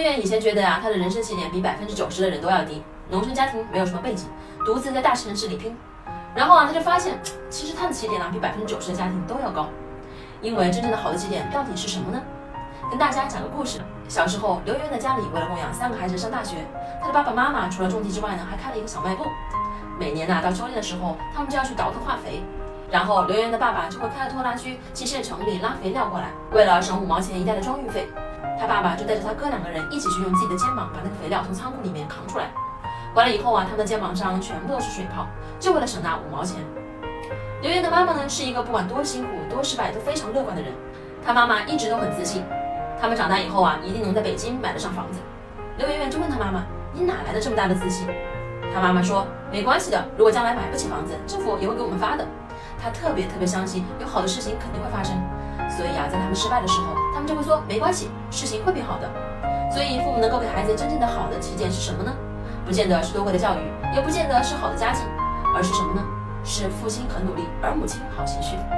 圆以前觉得啊，他的人生起点比90%的人都要低，农村家庭没有什么背景，独自在大城市里拼。然后啊，他就发现，其实他的起点比90%的家庭都要高。因为真正的好的起点到底是什么呢？跟大家讲个故事。小时候，刘圆圆的家里为了供养3个孩子上大学，他的爸爸妈妈除了种地之外呢，还开了一个小卖部。每年到秋天的时候，他们就要去倒腾化肥，然后刘圆圆的爸爸就会开着拖拉机去县城里拉肥料过来。为了省5毛钱一袋的装运费，他爸爸就带着他哥2个人一起去用自己的肩膀把那个肥料从仓库里面扛出来。回来以后啊，他们的肩膀上全部都是水泡，就为了省那5毛钱。刘圆圆的妈妈呢，是一个不管多辛苦多失败都非常乐观的人。她妈妈一直都很自信，他们长大以后啊，一定能在北京买得上房子。刘圆圆就问她妈妈：“你哪来的这么大的自信？”她妈妈说：“没关系的，如果将来买不起房子，政府也会给我们发的。”她特别相信有好的事情肯定会发生，所以啊，在他们失败的时候，他们就会说：“没关系，事情会变好的。”所以父母能够给孩子真正的好的起点是什么呢？不见得是多贵的教育，也不见得是好的家境，而是什么呢？是父亲很努力，而母亲好情绪。